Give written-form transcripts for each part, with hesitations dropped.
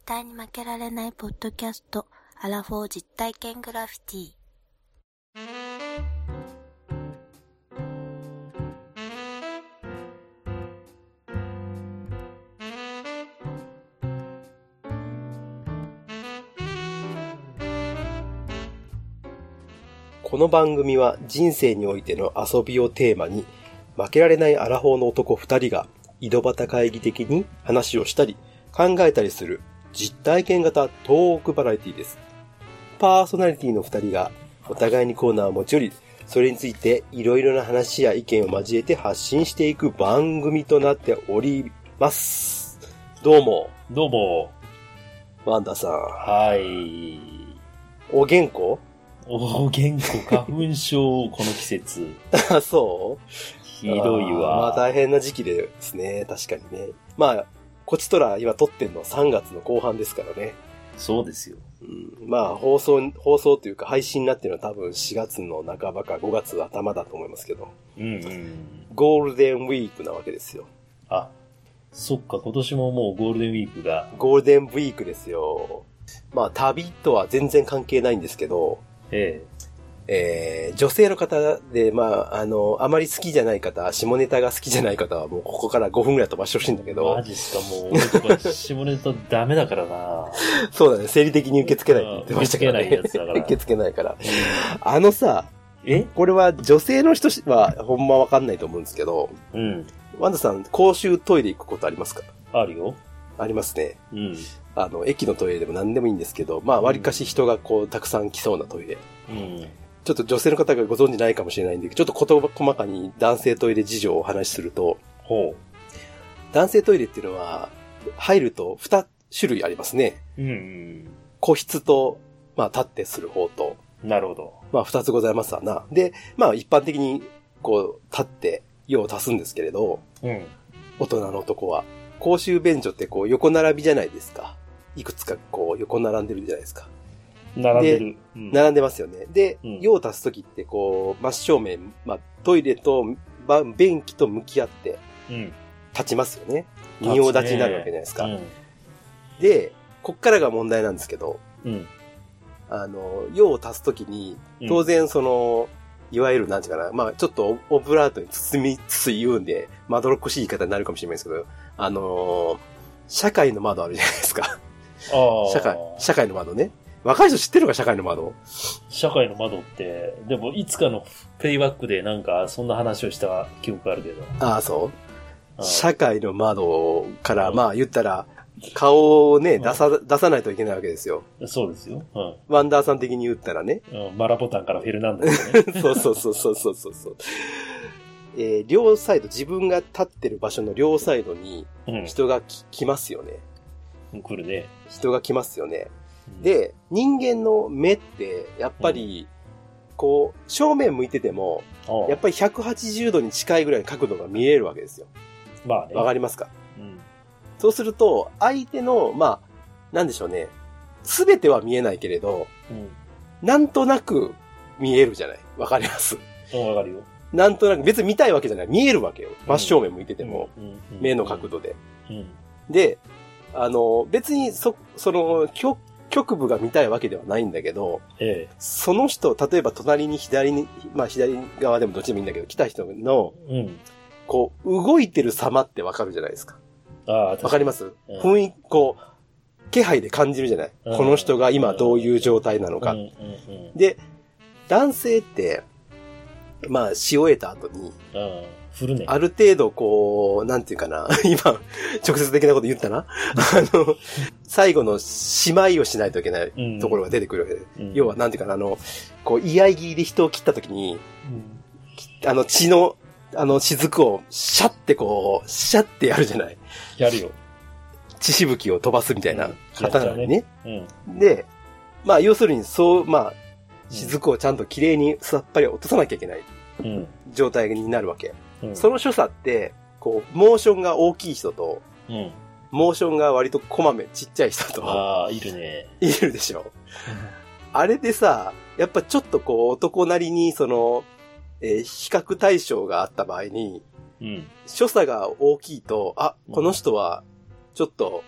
対に負けられないポッドキャスト、アラフォー実体験グラフィティ。 この番組は人生においての遊びをテーマに、負けられないアラフォーの男2人が井戸端会議的に話をしたり考えたりする実体験型トークバラエティです。パーソナリティの2人がお互いにコーナーを持ち寄り、それについていろいろな話や意見を交えて発信していく番組となっております。どうも。 どうも。 ワンダさん。 はい。 お元気？ お元気、花粉症、この季節。 あ、そう？ ひどいわ。 まあ大変な時期ですね。確かにね。まあ、こちとら今撮ってんの3月の後半ですからね。 そうですよ。 まあ放送というか配信になってるのは多分4月の半ばか5月頭だと思いますけど。ゴールデンウィークなわけですよ。 あ、そっか、今年ももうゴールデンウィークが。 ゴールデンウィークですよ。まあ旅とは全然関係ないんですけど、女性の方で、まあ、あまり好きじゃない方、下ネタが好きじゃない方はもうここから5分ぐらい飛ばしてほしいんだけど。 マジっすか、もう俺とか下ネタダメだからな。 そうだね、生理的に受け付けないって言ってましたけどね。 受け付けないやつだから。 受け付けないから。さ、これは女性の人はほんまわかんないと思うんですけど、ワンダさん、公衆トイレ行くことありますか？ あるよ。 ありますね。駅のトイレでも何でもいいんですけど、まあ、割かし人がこう、たくさん来そうなトイレ。ちょっと女性の方がご存知ないかもしれないんで、ちょっと言葉細かに男性トイレ事情をお話しすると、男性トイレっていうのは、入ると2種類ありますね。個室と、まあ、立ってする方と。 なるほど。 まあ、2つございますわな。で、まあ、一般的に、こう、立って、用を足すんですけれど、大人の男は。公衆便所ってこう、横並びじゃないですか。いくつかこう、横並んでるじゃないですか。 並んでる。 並んでますよね。で、用を足すときってこう、真正面、まあ、トイレと、便器と向き合って、立ちますよね。仁王立ちになるわけじゃないですか。で、こっからが問題なんですけど、用を足すときに、当然その、いわゆるなんていうかな、まあちょっとオブラートに包みつつ言うんで、まどろっこしい言い方になるかもしれないですけど、社会の窓あるじゃないですか。社会の窓ね。若い人知ってるか、社会の窓。 社会の窓って、でもいつかのプレイバックでなんかそんな話をした記憶あるけど。 ああ、そう。社会の窓から、まあ言ったら、顔をね、出さないといけないわけですよ。 そうですよ。 ワンダーさん的に言ったらね。 マラボタンからフェルナンドね。 そう。両サイド、自分が立ってる場所の両サイドに人が来ますよね。 来るね。 人が来ますよね。で、人間の目って、やっぱり、こう、正面向いてても、やっぱり180度に近いぐらいの角度が見えるわけですよ。 まあね。 わかりますか？そうすると、相手の、まあ、なんでしょうね。すべては見えないけれど、なんとなく見えるじゃない。わかります？ わかるよ。 なんとなく、別に見たいわけじゃない。見えるわけよ。真正面向いてても、目の角度で。で、別にその、局部が見たいわけではないんだけど、その人、例えば隣にまあ左側でもどっちでもいいんだけど、来た人の、こう、動いてる様ってわかるじゃないですか。わかります？雰囲気、こう、気配で感じるじゃない。この人が今どういう状態なのか。で、男性って、まあ、し終えた後に、ある程度こう、なんていうかな、今、直接的なこと言ったな。最後のしまいをしないといけないところが出てくるわけで。要は、なんていうかな、こう、居合切りで人を切った時に、血の、雫をシャってやるじゃない。 やるよ。 血しぶきを飛ばすみたいな方なのにね。で、まあ要するにまあ、雫をちゃんと綺麗にさっぱり落とさなきゃいけない状態になるわけ。その所作って、こう、モーションが大きい人と、モーションが割とこまめ、ちっちゃい人と。 いるね。 いるでしょ。あれでさ、やっぱちょっとこう、男なりに比較対象があった場合に、所作が大きいと、この人は、ちょっと、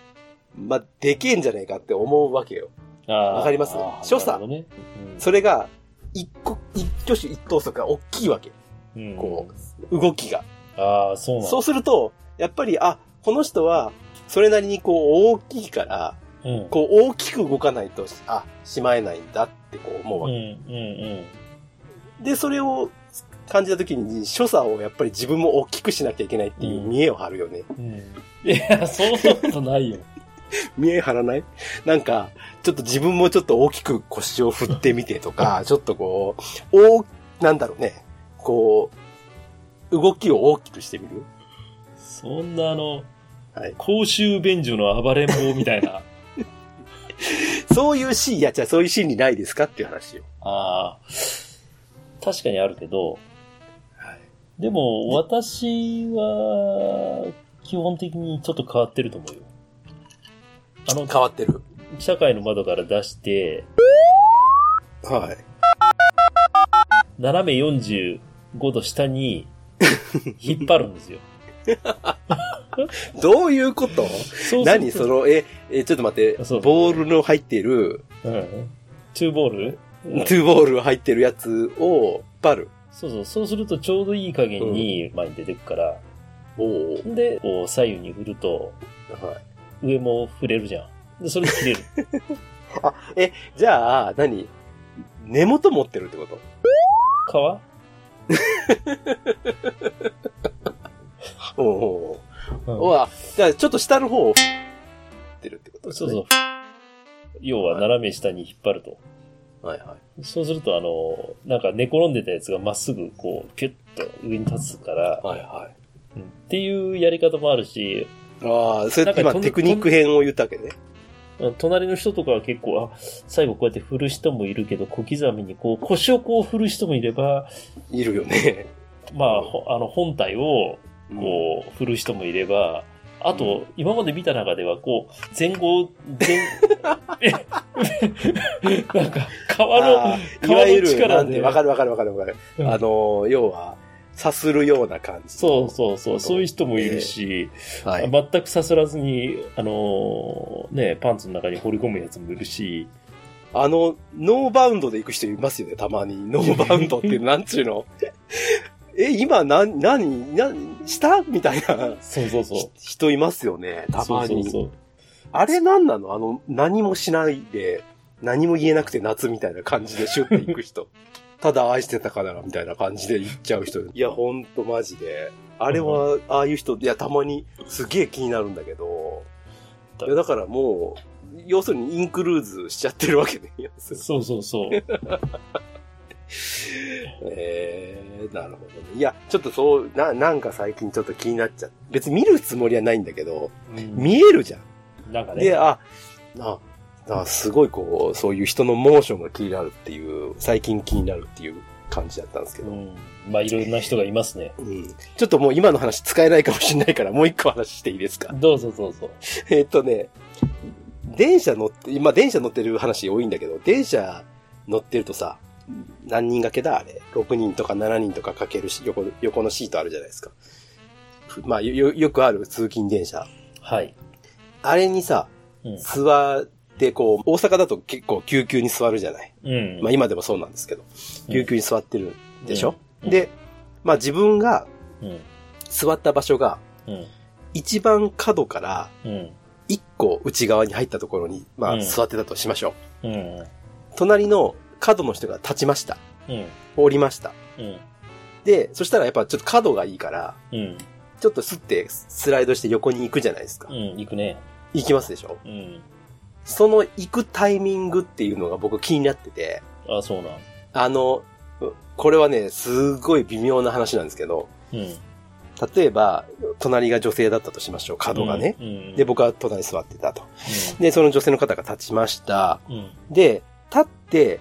まあ、でけえんじゃねえかって思うわけよ。わかります？所作、 ね、 それが、一挙手一投足が大きいわけ。こう、動きが。そうすると、やっぱり、この人は、それなりにこう、大きいから、こう、大きく動かないと、しまえないんだってこう思うわけ。で、それを感じたときに、所作をやっぱり自分も大きくしなきゃいけないっていう見栄を張るよね。 いや、そんなことないよ。 見栄張らない？なんか、ちょっと自分もちょっと大きく腰を振ってみてとか、ちょっとこう、なんだろうね、こう、動きを大きくしてみる？ そんな公衆便所の暴れん坊みたいな。 そういうシーン、じゃあそういうシーンにないですかっていう話よ。 確かにあるけど、でも私は基本的にちょっと変わってると思うよ。 変わってる。 社会の窓から出して、 はい。 斜め45度下に引っ張るんですよ。 どういうこと？何その、ちょっと待って、ボールの入っている、 トゥーボール？ トゥーボール入ってるやつを引っ張る。 そうするとちょうどいい加減に前に出てくから、で、こう左右に振ると、上も振れるじゃん。で、それで切れる。 じゃあ、根元持ってるってこと？ 皮？ じゃあちょっと下の方を振ってるってことですね。 要は斜め下に引っ張ると。そうするとなんか寝転んでたやつがまっすぐこう、ピュッと上に立つから、っていうやり方もあるし、 それ今テクニック編を言ったわけね。 隣の人とかは結構、最後こうやって振る人もいるけど、小刻みにこう、腰をこう振る人もいれば、 いるよね。 まあ、本体を、こう、振る人もいれば、あと、今まで見た中では、こう、なんか、川の力で。 わかる。要は、さするような感じ。 そういう人もいるし、全くさすらずに、パンツの中に放り込むやつもいるし、 ノーバウンドで行く人いますよね、たまに。ノーバウンドってなんちゅうの今、下みたいな。人いますよね、たまに。あれなんなの？何もしないで、何も言えなくて夏みたいな感じでシュッて行く人。ただ愛してたかなみたいな感じで言っちゃう人。いや、ほんとマジで。あれは、ああいう人、たまにすげえ気になるんだけど。だからもう、要するにインクルーズしちゃってるわけね。 そう。 なるほどね。いや、ちょっとなんか最近ちょっと気になっちゃって。別に見るつもりはないんだけど、見えるじゃん。 なんかね。 ですごいこう、そういう人のモーションが気になるっていう、最近気になるっていう感じだったんですけど。 まあいろんな人がいますね。 ちょっともう今の話使えないかもしれないからもう一個話していいですか？ どうぞ。 電車乗ってる話多いんだけど、電車乗ってるとさ、何人掛けだあれ。6人とか7人とかかける横のシートあるじゃないですか。まあよくある通勤電車。あれにさ、座ってこう、大阪だと結構救急に座るじゃない。まあ今でもそうなんですけど、救急に座ってるでしょ？で、まあ自分が座った場所が、一番角から一個内側に入ったところに、まあ座ってたとしましょう。隣の角の人が立ちました。降りました。で、そしたらやっぱちょっと角がいいから、ちょっとスッてスライドして横に行くじゃないですか。 行くね。 行きますでしょ？その行くタイミングっていうのが僕気になってて。 そうなん。 これはね、すごい微妙な話なんですけど、例えば、隣が女性だったとしましょう、角がね。で、僕は隣に座ってたと。で、その女性の方が立ちました。で、立って、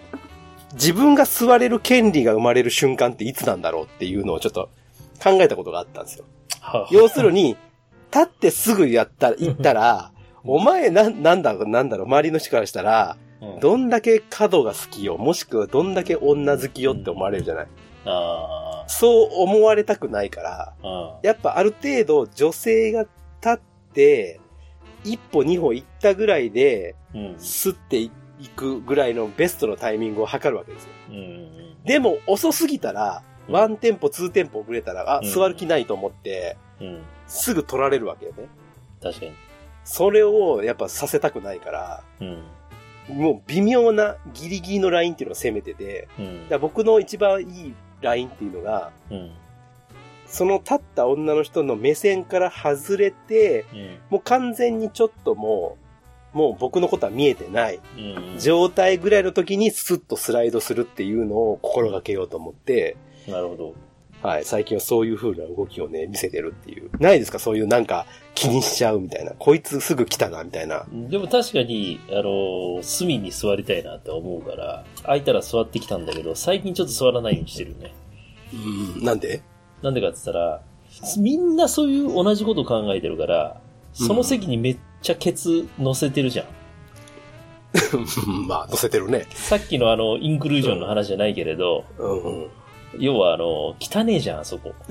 自分が座れる権利が生まれる瞬間っていつなんだろうっていうのをちょっと考えたことがあったんですよ。要するに、立ってすぐ行ったら、お前なんだろう、周りの人からしたら、どんだけ角が好きよ、もしくはどんだけ女好きよって思われるじゃない。そう思われたくないから、やっぱある程度女性が立って、 一歩二歩行ったぐらいで、スッていくぐらいのベストのタイミングを測るわけですよ。でも遅すぎたら、ワンテンポ、ツーテンポ遅れたら、座る気ないと思って、すぐ取られるわけよね。 確かに。 それをやっぱさせたくないから、もう微妙なギリギリのラインっていうのを攻めてて、だから僕の一番いいラインっていうのが、その立った女の人の目線から外れて、もう完全にちょっともう僕のことは見えてない状態ぐらいの時にスッとスライドするっていうのを心がけようと思って、 なるほど。 はい、最近はそういう風な動きをね、見せてるっていう。ないですか？そういうなんか気にしちゃうみたいな。こいつすぐ来たな、みたいな。 でも確かに、隅に座りたいなって思うから、空いたら座ってきたんだけど、最近ちょっと座らないようにしてるね。 なんで？ なんでかって言ったら、みんなそういう同じこと考えてるから、その席にめっちゃケツ乗せてるじゃん。 まあ、乗せてるね。 さっきのインクルージョンの話じゃないけれど、要は汚ねえじゃん、あそこ。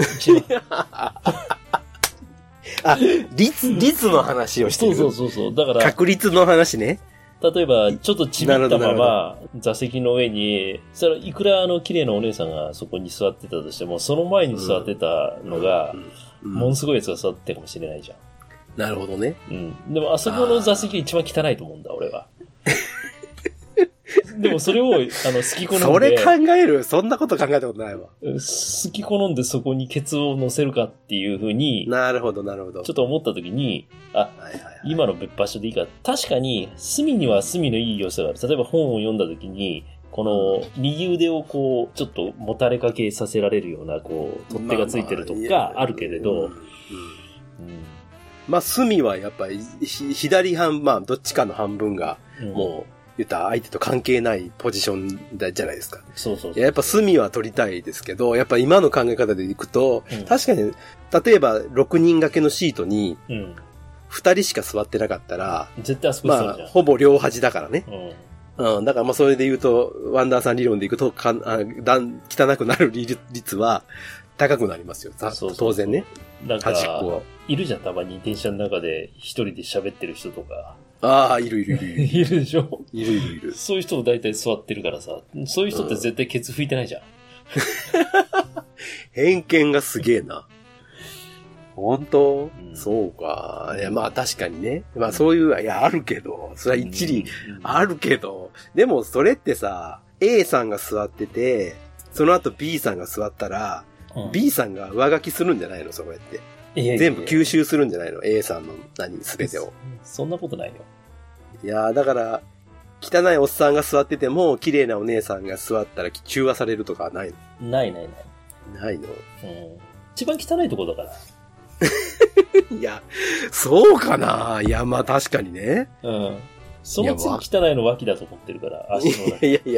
率の話をしてる。 そう。だから、 確率の話ね。 例えば、ちょっとちびったまま、座席の上に、それいくら綺麗なお姉さんがそこに座ってたとしても、その前に座ってたのが、ものすごいやつが座ってたかもしれないじゃん。 なるほどね。 でも、あそこの座席が一番汚いと思うんだ、俺は。でもそれを、好き好んで。 それ考える？そんなこと考えたことないわ。 好き好んでそこにケツを乗せるかっていう風に。 なるほど。ちょっと思った時に、今の別場所でいいか。確かに、隅には隅のいい要素がある。例えば本を読んだ時に、この、右腕をこう、ちょっともたれかけさせられるような、こう、取っ手がついてるとかあるけれど、 まあ、隅はやっぱり、左半、まあ、どっちかの半分が、もう、言ったら相手と関係ないポジションじゃないですか。 そう。 やっぱ隅は取りたいですけど、やっぱ今の考え方でいくと、確かに、例えば6人掛けのシートに、2人しか座ってなかったら、 絶対あそこ座るじゃん。 まあ、ほぼ両端だからね。だからまあそれで言うと、ワンダーさん理論でいくと、汚くなる率は高くなりますよ。当然ね。 なんか、いるじゃん、たまに電車の中で一人で喋ってる人とか。 いる。 いるでしょ？ いる。 そういう人大体座ってるからさ、そういう人って絶対ケツ拭いてないじゃん。 偏見がすげえな。本当？そうか。いや、まあ確かにね。まあそういう、あるけど、それは一理あるけど、でもそれってさ、A さんが座ってて、その後 B さんが座ったら、B さんが上書きするんじゃないの？それって。全部吸収するんじゃないの？ A さんの全てを。 そんなことないよ。 いやー、だから、汚いおっさんが座ってても、綺麗なお姉さんが座ったら中和されるとかはないの？ ない。 ないの？ 一番汚いところだから。 いや、そうかな？いや、まあ確かにね。 その次汚いの脇だと思ってるから、足の中。 いや。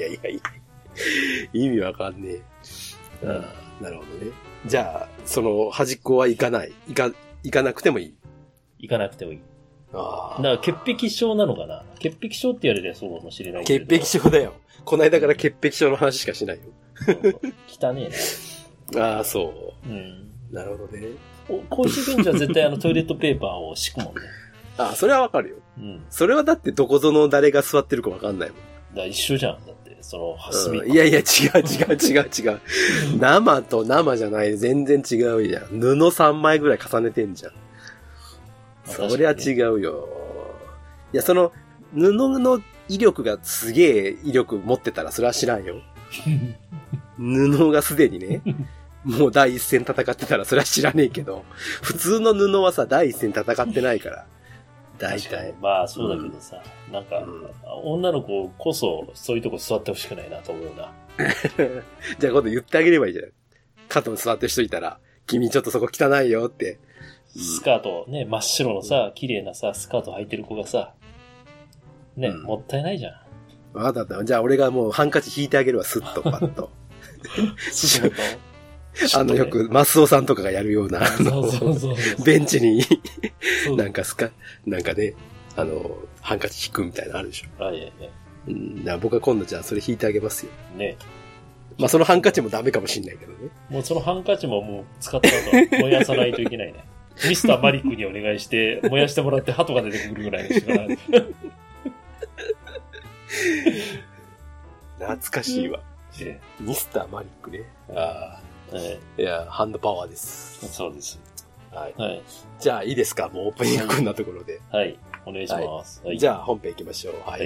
意味わかんねえ。なるほどね。じゃあ、その端っこは行かない。行かなくてもいい。 行かなくてもいい。だから潔癖症なのかな？潔癖症って言われればそうかもしれないけど。 潔癖症だよ。この間から潔癖症の話しかしないよ。 汚ねえな。そう。なるほどね。 公衆便所は絶対トイレットペーパーを敷くもんね。 それはわかるよ。それはだってどこぞの誰が座ってるかわかんないもん。 だから一緒じゃん。だって、隅。 いや、違う。生と生じゃない。全然違うじゃん。布3枚ぐらい重ねてんじゃん。そりゃ違うよ。いや、その、布の威力がすげえ威力持ってたらそれは知らんよ。布がすでにね、もう第一線戦ってたらそれは知らねえけど、普通の布はさ、第一線戦ってないから。大体。 まあそうだけどさ、なんか、女の子こそそういうとこ座ってほしくないなと思うな。 じゃあ今度言ってあげればいいじゃん。肩に座ってる人いたら、君ちょっとそこ汚いよって。 スカート、ね、真っ白のさ、綺麗なさ、スカート履いてる子がさ、ね、もったいないじゃん。 わかった。じゃあ俺がもうハンカチ引いてあげるわ、スッとパッと。よく、マスオさんとかがやるような、ベンチに、なんかね、ハンカチ引くみたいなのあるでしょ。僕は今度じゃあそれ引いてあげますよ。 ね。 まあそのハンカチもダメかもしんないけどね。 もうそのハンカチももう使った後燃やさないといけないね。 ミスターマリックにお願いして、燃やしてもらって鳩が出てくるぐらいの人かな。 懐かしいわ。ミスターマリックね。ああ。いや、ハンドパワーです。 そうです。 はい。はい。じゃあ、いいですか？もうオープニングこんなところで。 はい。お願いします。 はい。じゃあ、本編行きましょう。はい。はい、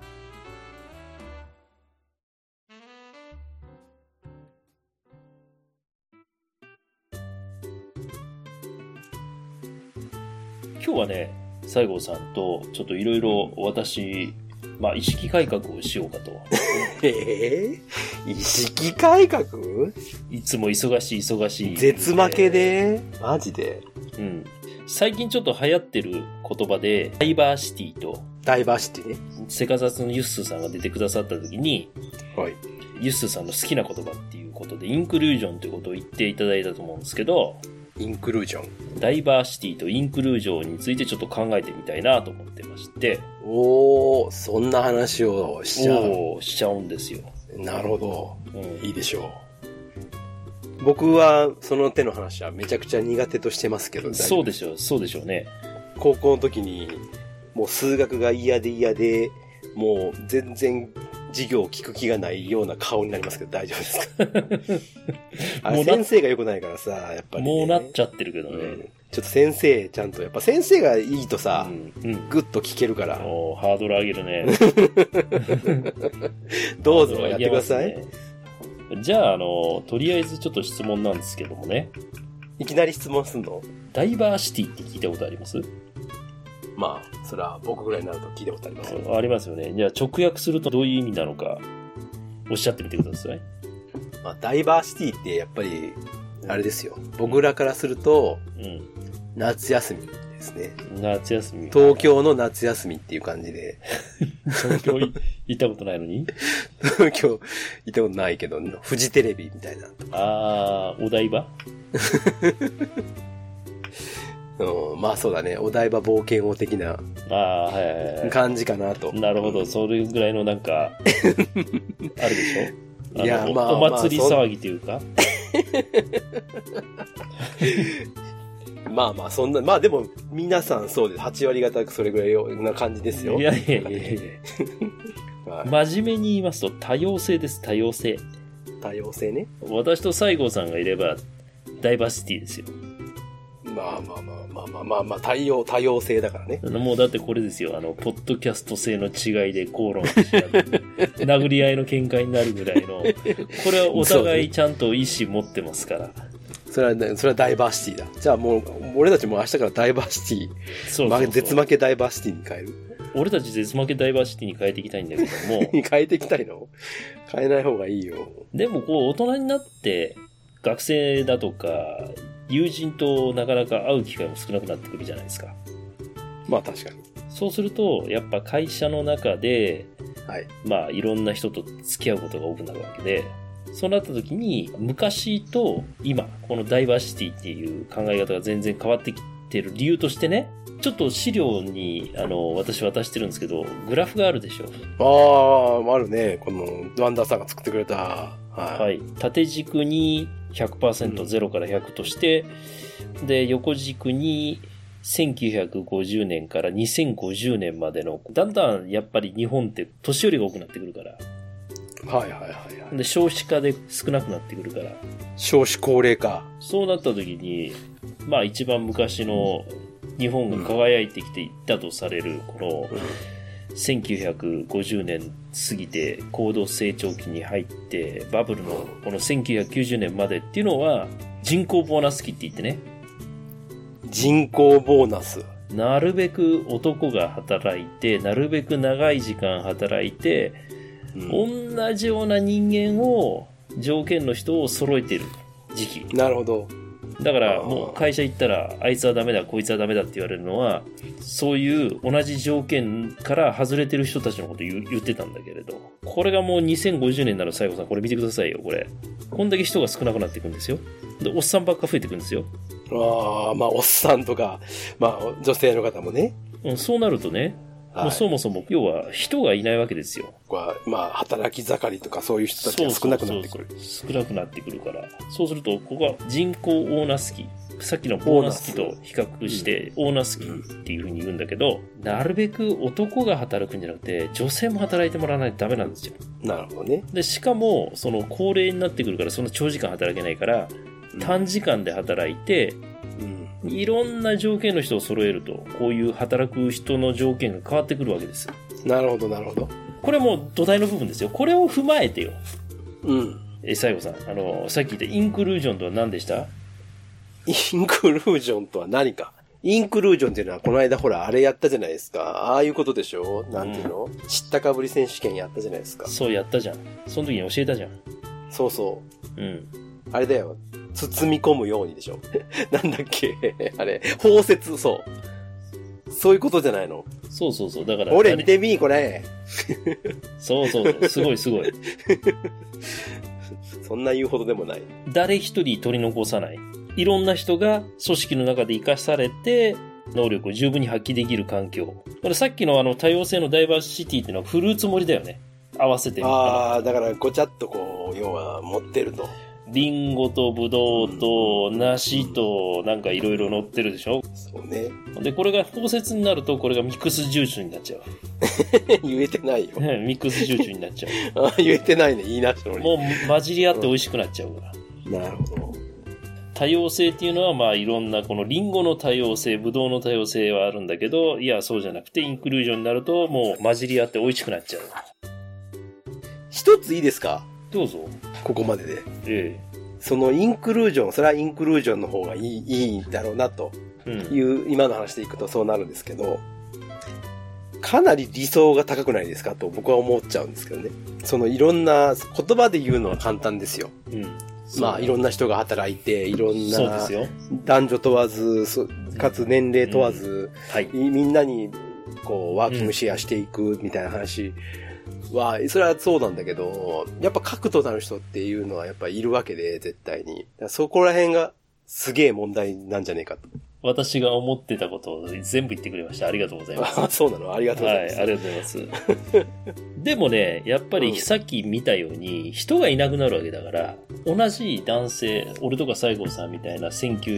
今日はね、西郷さんとちょっといろいろ私、意識改革をしようかと。 意識改革？ いつも忙しい。 絶負けで？マジで？ うん。最近ちょっと流行ってる言葉で、ダイバーシティと。 ダイバーシティね。 セカザツのユッスーさんが出てくださった時に、 はい。 ユッスーさんの好きな言葉っていうことで、インクルージョンということを言っていただいたと思うんですけど、 インクルージョン。 ダイバーシティとインクルージョンについてちょっと考えてみたいなと思ってまして。 おー、そんな話をしちゃう。 しちゃうんですよ。 なるほど。うん、いいでしょう。僕はその手の話はめちゃくちゃ苦手としてますけど。 そうでしょうね。 高校の時にもう数学が嫌で、もう全然授業を聞く気がないような顔になりますけど大丈夫ですか？もう先生が良くないからさ、やっぱり、ね。 もうなっちゃってるけどね。うん、 ちょっと先生、ちゃんと、やっぱ先生がいいとさ、グッと聞けるから。 おー、ハードル上げるね。 どうぞやってください。 じゃあ、とりあえずちょっと質問なんですけどもね。 いきなり質問すんの？ ダイバーシティって聞いたことあります？ まあ、それは僕ぐらいになると聞いたことありますよ。ありますよね。じゃあ直訳するとどういう意味なのか、おっしゃってみてください。 まあ、ダイバーシティってやっぱり、あれですよ。僕らからすると、夏休みですね。 夏休み。 東京の夏休みっていう感じで。 東京行ったことないのに？ 東京行ったことないけど、フジテレビみたいなとか。 あー、お台場？ うん、まあそうだね。お台場冒険王的な感じかなと。 なるほど。それぐらいのなんか、あるでしょ？ いや、まあ。 お祭り騒ぎというか。 まあ、そんな、まあでも、皆さんそうです。8割方それぐらいな感じですよ。 いや。真面目に言いますと、多様性です、多様性。 多様性ね。 私と西郷さんがいれば、ダイバーシティですよ。 まあ、多様性だからね。 もうだってこれですよ、ポッドキャスト性の違いで口論し合って、殴り合いの喧嘩になるぐらいの、これはお互いちゃんと意思持ってますから。 それはダイバーシティだ。じゃあもう、俺たちも明日からダイバーシティ、そう絶負けダイバーシティに変える。 俺たち絶負けダイバーシティに変えていきたいんだけども。 変えていきたいの？変えない方がいいよ。 でも大人になって、学生だとか、友人となかなか会う機会も少なくなってくるじゃないですか。 まあ確かに。 そうすると、やっぱ会社の中で、 はい。 いろんな人と付き合うことが多くなるわけで、そうなった時に、昔と今、このダイバーシティっていう考え方が全然変わってきてる理由としてね、ちょっと資料に、私渡してるんですけど、グラフがあるでしょ。 あるね。この、ワンダーさんが作ってくれた。 はい。縦軸に 100%、0から100として、で、横軸に1950年から2050年までの、だんだんやっぱり日本って年寄りが多くなってくるから。で、少子化で少なくなってくるから。 少子高齢化。 そうなった時に、一番昔の日本が輝いてきていったとされる、この、1950年過ぎて高度成長期に入ってバブルのこの1990年までっていうのは人口ボーナス期って言ってね。 人口ボーナス。 なるべく男が働いて、なるべく長い時間働いて、同じような人間を、条件の人を揃えてる時期。 なるほど。 だからもう会社行ったらあいつはダメだこいつはダメだって言われるのはそういう同じ条件から外れてる人たちのこと言ってたんだけれど、これがもう2050年になる。西郷さんこれ見てくださいよ。こんだけ人が少なくなっていくんですよ。でおっさんばっか増えていくんですよ。 おっさんとか女性の方もね。 そうなるとね、 もうそもそも、要は人がいないわけですよ。 まあ、働き盛りとかそういう人たちが少なくなってくる。 少なくなってくるから。そうすると、ここは人口オーナス期。さっきのボーナス期と比較して、オーナス期っていう風に言うんだけど、なるべく男が働くんじゃなくて、女性も働いてもらわないとダメなんですよ。 なるほどね。 で、しかも、その高齢になってくるから、そんな長時間働けないから、短時間で働いて、いろんな条件の人を揃えると、こういう働く人の条件が変わってくるわけですよ。 なるほど、なるほど。 これも土台の部分ですよ。これを踏まえてよ。西郷さん、さっき言ったインクルージョンとは何でした？ インクルージョンとは何か。インクルージョンっていうのはこの間ほらあれやったじゃないですか。ああいうことでしょ？なんていうの？知ったかぶり選手権やったじゃないですか。 そうやったじゃん。その時に教えたじゃん。 そうそう。あれだよ。包み込むようにでしょ。なんだっけあれ。包摂、そう。そういうことじゃないの？ そうそうそう。だから。 俺見てみーこれ。 そうそうそう。すごいすごい。 そんな言うほどでもない。 誰一人取り残さない。いろんな人が組織の中で生かされて、能力を十分に発揮できる環境。だからさっきの多様性のダイバーシティっていうのはフルーツ盛りだよね。合わせてみたら。 ああ、だからごちゃっとこう、要は持ってると。 リンゴとブドウと梨となんかいろいろ乗ってるでしょ？ そうね。 で、これが包摂になるとこれがミックスジュースになっちゃう。 言えてないよ。 ミックスジュースになっちゃう。 あ、言えてないね。言いなしのに。 もう混じり合って美味しくなっちゃうから。 なるほど。 多様性っていうのはまあいろんなこのリンゴの多様性、ブドウの多様性はあるんだけど、いやそうじゃなくてインクルージョンになるともう混じり合って美味しくなっちゃう。 一ついいですか？ どうぞ。 ここまでで。 ええ。 そのインクルージョン、それはインクルージョンの方がいいんだろうなという、今の話でいくとそうなるんですけど、かなり理想が高くないですかと僕は思っちゃうんですけどね。そのいろんな言葉で言うのは簡単ですよ。まあいろんな人が働いて、いろんな男女問わず、かつ年齢問わず、みんなにこうワーキングシェアしていくみたいな話は、それはそうなんだけど、やっぱ核となる人っていうのはやっぱいるわけで、絶対に。そこら辺がすげえ問題なんじゃねえかと。 私が思ってたことを全部言ってくれました。ありがとうございます。 あ、そうなの？ありがとうございます。 はい、ありがとうございます。でもね、やっぱりさっき見たように、人がいなくなるわけだから、同じ男性、俺とか西郷さんみたいな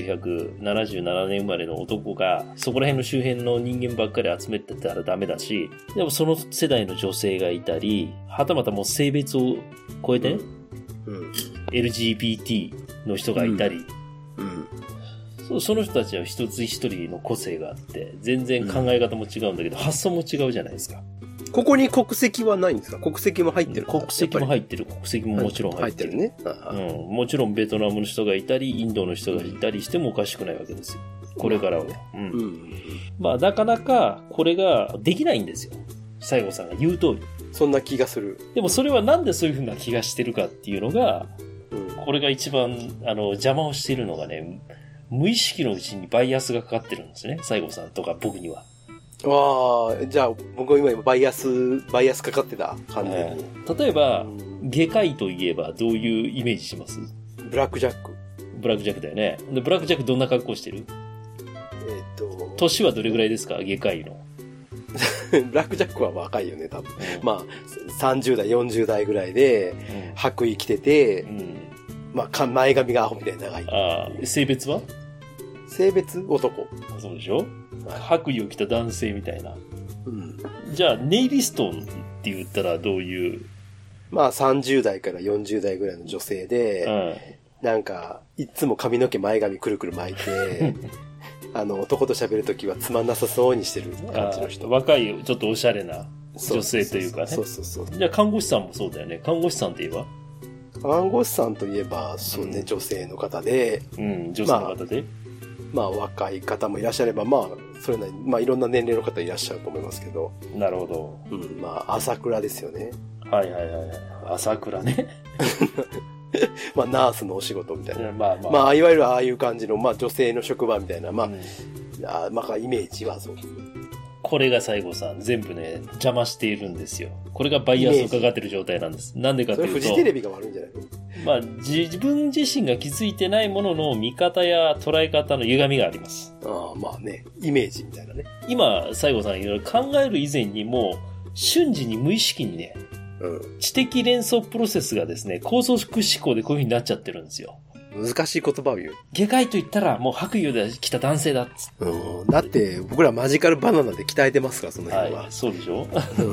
1977年生まれの男が、そこら辺の周辺の人間ばっかり集めてたらダメだし、でもその世代の女性がいたり、はたまたもう性別を超えてね、LGBT の人がいたり、その人たちは一つ一人の個性があって、全然考え方も違うんだけど、発想も違うじゃないですか。 ここに国籍はないんですか？国籍も入ってる？ 国籍も入ってる。国籍ももちろん入ってる。 入ってるね。 もちろんベトナムの人がいたり、インドの人がいたりしてもおかしくないわけですよ。これからは。まあ、なかなかこれができないんですよ。西郷さんが言う通り。 そんな気がする。 でもそれはなんでそういう風な気がしてるかっていうのが、これが一番、邪魔をしているのがね、無意識のうちにバイアスがかかってるんですね。西郷さんとか僕には。 ああ、じゃあ僕は今バイアスかかってた感じ、 例えば、外科医といえばどういうイメージします？ ブラックジャック。 ブラックジャックだよね。で、ブラックジャックどんな格好してる？年はどれぐらいですか？外科医の。 ブラックジャックは若いよね、多分。まあ、30代、40代ぐらいで、白衣着てて、まあ、前髪がアホみたいに長い。 ああ、性別は？ 性別？男。 そうでしょ？白衣を着た男性みたいな。じゃあ、ネイリストって言ったらどういう？ まあ、30代から40代ぐらいの女性で、なんか、いつも髪の毛前髪くるくる巻いて、男と喋るときはつまんなさそうにしてる感じの人。 若い、ちょっとおしゃれな女性というかね。 そうそうそう。 じゃあ、看護師さんもそうだよね。看護師さんといえば？ 看護師さんといえば、そうね、女性の方で。 女性の方で。 まあ、若い方もいらっしゃれば、まあ、それなりに、まあ、いろんな年齢の方いらっしゃると思いますけど。 なるほど。 まあ、朝倉ですよね。 はいはいはい。朝倉ね。 まあ、ナースのお仕事みたいな。まあ、いわゆるああいう感じの、まあ、女性の職場みたいな、まあ、イメージはそうですね。 これが西郷さん、全部ね、邪魔しているんですよ。これがバイアスをかかってる状態なんです。なんでかというと。 それフジテレビが悪いんじゃないの？ まあ、自分自身が気づいてないものの見方や捉え方の歪みがあります。 ああ、まあね、イメージみたいなね。 今、西郷さんいろいろ考える以前にもう、瞬時に無意識にね、知的連想プロセスがですね、高速思考でこういう風になっちゃってるんですよ。 難しい言葉を言う。 外科医と言ったらもう白衣で来た男性だっつって。 だって僕らマジカルバナナで鍛えてますから、その辺は。 はい、そうでしょ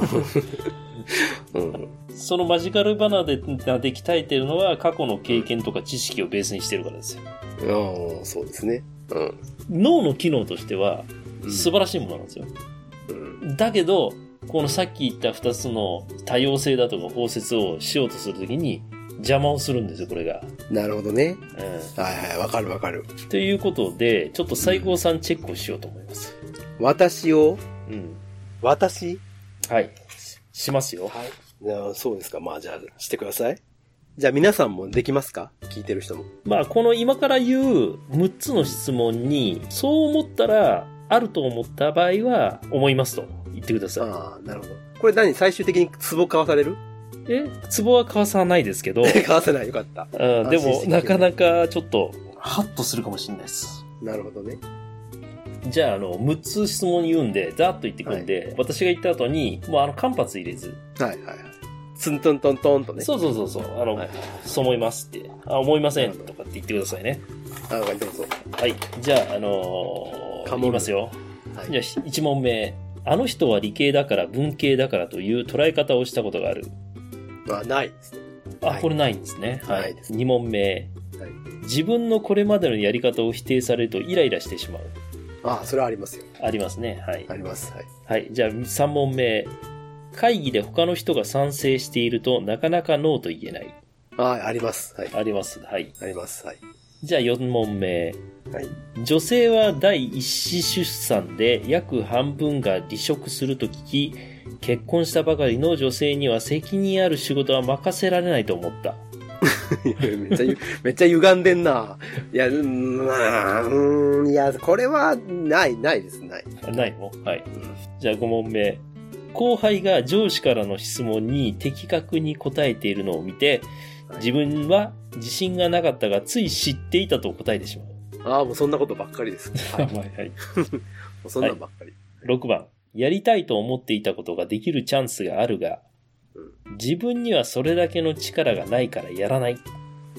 そのマジカルバナナで鍛えてるのは過去の経験とか知識をベースにしてるからですよ。 そうですね。 脳の機能としては素晴らしいものなんですよ。だけど、このさっき言った二つの多様性だとか包摂をしようとするときに邪魔をするんですよ、これが。 なるほどね。はいはい、わかるわかる。 ということで、ちょっと西郷さんチェックをしようと思います。 私を私はい。しますよ。 はい。そうですか。まあじゃあ、してください。じゃあ皆さんもできますか？聞いてる人も。 まあこの今から言う6つの質問に、そう思ったら、あると思った場合は、思いますと言ってください。 ああ、なるほど。これ最終的に壺買わされる？ 壺は買わさないですけど。 買わせない、よかった。 でも、なかなかちょっと、ハッとするかもしれないです。 なるほどね。 じゃあ、6つ質問言うんで、ざーっと言ってくんで、私が言った後に、もう間髪入れず。 はいはいはい。ツントントントンとね。 そう。そう思いますって。思いませんとかって言ってくださいね。 どうぞ。 はい。じゃあ、言いますよ。はい、じゃあ、1問目。あの人は理系だから文系だからという捉え方をしたことがある。 ないですね。 これないんですね。はい。2問目。 はい。 自分のこれまでのやり方を否定されるとイライラしてしまう。 それはありますよ。 ありますね。はい。 あります。はい。 はい。じゃあ3問目。会議で他の人が賛成しているとなかなかノーと言えない。 あります。はい。 あります。はい。 あります。はい。 じゃあ4問目。 はい。 女性は第一子出産で約半分が離職すると聞き、結婚したばかりの女性には責任ある仕事は任せられないと思った。 めっちゃ歪んでんな。いや、いや、これは、ないです、ない。 ないの？はい。じゃあ5問目。後輩が上司からの質問に的確に答えているのを見て、自分は自信がなかったが、つい知っていたと答えてしまう。 もうそんなことばっかりです。 はい。はい。 もうそんなんばっかり。 6番。やりたいと思っていたことができるチャンスがあるが、自分にはそれだけの力がないからやらない。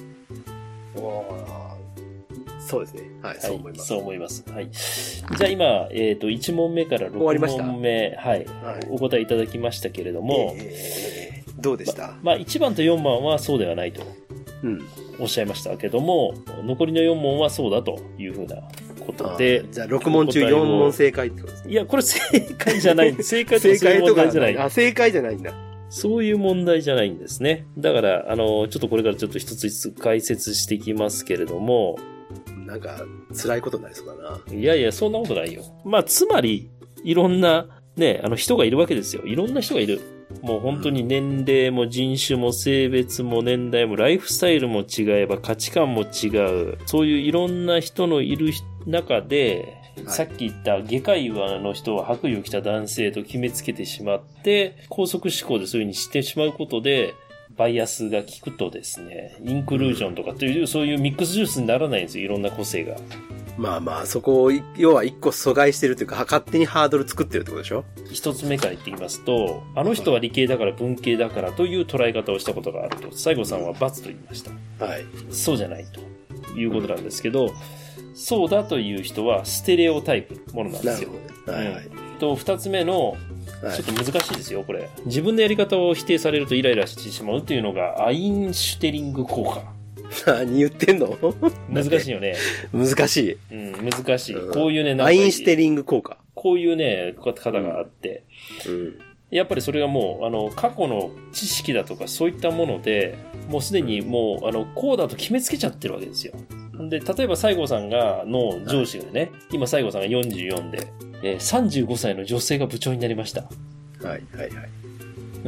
そうですね。はい、そう思います。 そう思います。はい。じゃあ今、1問目から6問目、はい、お答えいただきましたけれども、 どうでした？ 1番と4番はそうではないと、おっしゃいましたけども、残りの4問はそうだというふうなことで。 じゃあ6問中4問正解ってことですね。 いや、これ正解じゃない。正解とかそういう問題じゃない。 正解じゃないんだ。 そういう問題じゃないんですね。だから、ちょっとこれからちょっと一つずつ解説していきますけれども、 なんか、辛いことになりそうだな。 いやいや、そんなことないよ。つまり、いろんな、ね、人がいるわけですよ。いろんな人がいる。もう本当に年齢も人種も性別も年代もライフスタイルも違えば価値観も違う。そういういろんな人のいる中で、さっき言った外科医の人は白衣を着た男性と決めつけてしまって、高速思考でそういう風にしてしまうことで、バイアスが効くとですね、インクルージョンとかという、そういうミックスジュースにならないんですよ。いろんな個性が。 そこを、要は一個阻害してるというか、勝手にハードル作ってるってことでしょ？ 一つ目から言ってきますと、あの人は理系だから文系だからという捉え方をしたことがあると、西郷さんは×と言いました。はい。そうじゃないということなんですけど、そうだという人はステレオタイプものなんですよ。はいはい。二つ目の、ちょっと難しいですよ、これ。自分のやり方を否定されるとイライラしてしまうというのが、アインシュテリング効果。 何言ってんの？ 難しいよね。 難しい。 難しい。こういうね、 アインシュテリング効果。 こういうね、方があって、やっぱりそれがもう、過去の知識だとかそういったもので、もうすでにもう、こうだと決めつけちゃってるわけですよ。で、例えば西郷さんの上司がね、今西郷さんが44で、35歳の女性が部長になりました。はいはいはい。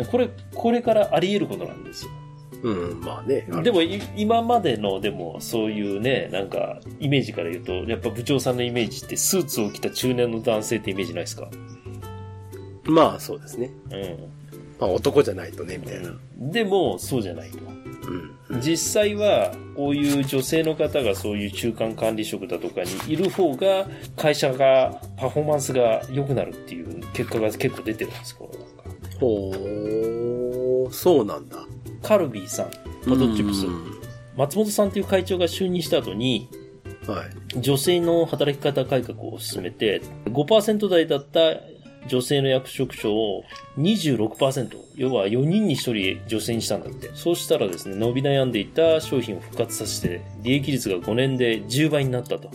これからあり得ることなんですよ。 まあね。 でも今までのでもそういうね、なんかイメージから言うと、やっぱ部長さんのイメージってスーツを着た中年の男性ってイメージないですか？ まあそうですね。まあ男じゃないとね、みたいな。 でも、そうじゃないと。実際は、こういう女性の方がそういう中間管理職だとかにいる方が、会社が、パフォーマンスが良くなるっていう結果が結構出てるんです、これなんか。 ほー、そうなんだ。 カルビーさん、ポテトチップス。松本さんという会長が就任した後に、はい、女性の働き方改革を進めて、5% 台だった女性の役職賞を 26%、要は4人に1人女性にしたんだって。そうしたらですね、伸び悩んでいた商品を復活させて、利益率が5年で10倍になったと。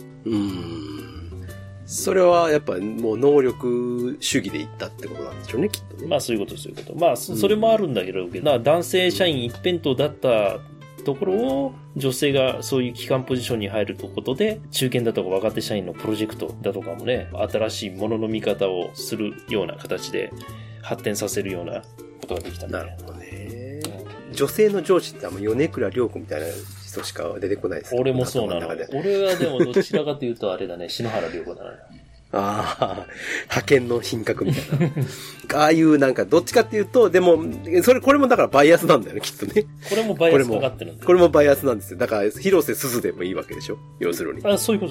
それはやっぱもう能力主義でいったってことなんでしょうね、きっとね。 まあそういうこと。まあそれもあるんだけど、男性社員一辺倒だったところを女性がそういう基幹ポジションに入るということで、中堅だとか若手社員のプロジェクトだとかもね、新しいものの見方をするような形で発展させるようなことができたんだよ。 なるほどね。女性の上司って米倉涼子みたいな人しか出てこないです。 俺もそうなの。俺はでもどちらかというとあれだね、篠原涼子だな。 ああ、派遣の品格みたいな。ああいうなんか、どっちかっていうと、でも、これもだからバイアスなんだよね、きっとね。 これもバイアスかかってるんだよ。 これもバイアスなんですよ。だから、広瀬すずでもいいわけでしょ、要するに。 あ、そういうこと。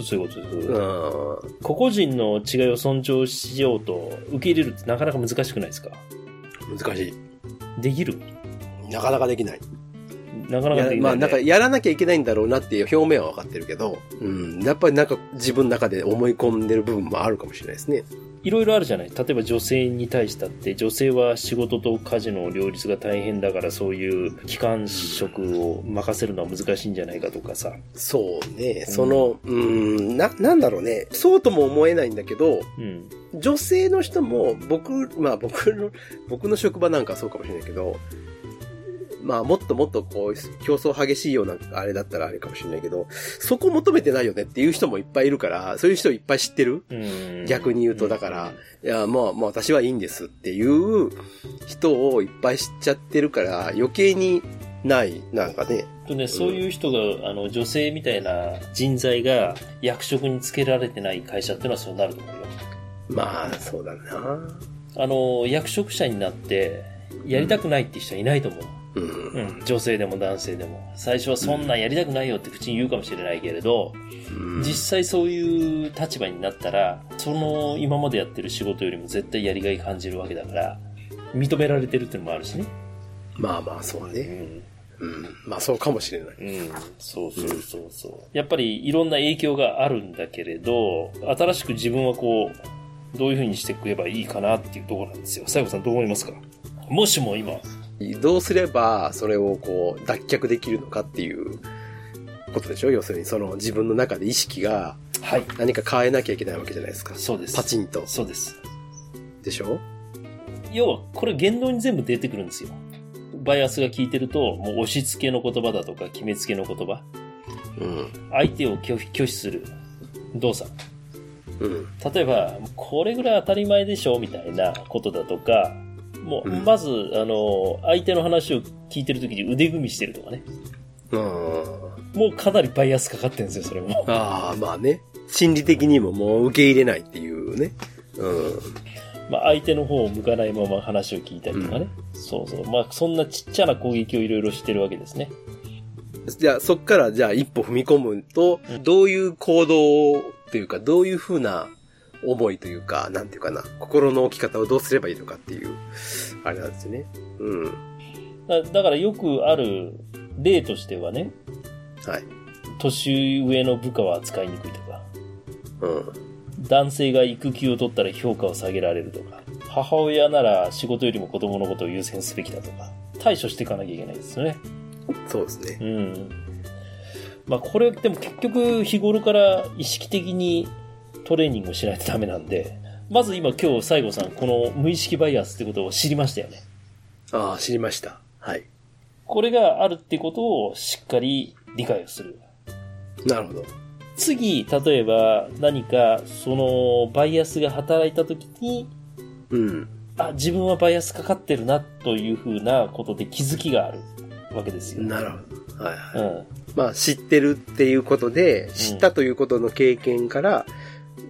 個々人の違いを尊重しようと、受け入れるってなかなか難しくないですか？ 難しい。 できる？ なかなかできない。 なかなかできない、ね。 まあなんかやらなきゃいけないんだろうなっていう表面は分かってるけど、やっぱりなんか自分の中で思い込んでる部分もあるかもしれないですね。 いろいろあるじゃない。例えば女性に対したって、女性は仕事と家事の両立が大変だからそういう機関職を任せるのは難しいんじゃないかとかさ。 そうね。なんだろうね。そうとも思えないんだけど、女性の人も僕の職場なんかはそうかもしれないけど、まあもっとこう競争激しいようなあれだったらあれかもしれないけど、そこ求めてないよねっていう人もいっぱいいるから、そういう人いっぱい知ってる。逆に言うとだから、いやもう私はいいんですっていう人をいっぱい知っちゃってるから余計にないなんかね。 そういう人が女性みたいな人材が役職につけられてない会社っていうのはそうなると思うよ。 まあそうだな。 役職者になってやりたくないって人はいないと思う。女性でも男性でも最初はそんなんやりたくないよって口に言うかもしれないけれど、実際そういう立場になったらその今までやってる仕事よりも絶対やりがい感じるわけだから認められてるっていうのもあるしね。 まあそうね。まあそうかもしれない。 そう。やっぱりいろんな影響があるんだけれど、新しく自分はこうどういう風にしていけばいいかなっていうところなんですよ。西郷さんどう思いますか？もしも今どうすればそれをこう脱却できるのかっていうことでしょ。要するにその自分の中で意識が何か変えなきゃいけないわけじゃないですか。 そうです。 パチンと。 そうです。 でしょ。 要はこれ言動に全部出てくるんですよ。バイアスが効いてるともう押し付けの言葉だとか決めつけの言葉、相手を拒否する動作、例えばこれぐらい当たり前でしょみたいなことだとか、もうまず相手の話を聞いてるときに腕組みしてるとかね。もうかなりバイアスかかってるんですよ、それも。 まあね。心理的にももう受け入れないっていうね。 まあ相手の方を向かないまま話を聞いたりとかね。そう。まあそんなちっちゃな攻撃をいろいろしてるわけですね。 じゃあそっからじゃあ一歩踏み込むと、どういう行動というか、どういうふうな思いというか、なんていうかな、心の置き方をどうすればいいのかっていう、あれなんですよね。 だからよくある例としてはね、年上の部下は扱いにくいとか、男性が育休を取ったら評価を下げられるとか、母親なら仕事よりも子供のことを優先すべきだとか、対処していかなきゃいけないですよね。 そうですね。 まあこれでも結局日頃から意識的にトレーニングをしないとダメなんで、まず今日西郷さんこの無意識バイアスってことを知りましたよね。 知りました。はい。 これがあるってことをしっかり理解をする。 なるほど。 次、例えば何かそのバイアスが働いた時に、自分はバイアスかかってるなというふうなことで気づきがあるわけですよ。 なるほど。まあ知ってるっていうことで、知ったということの経験から、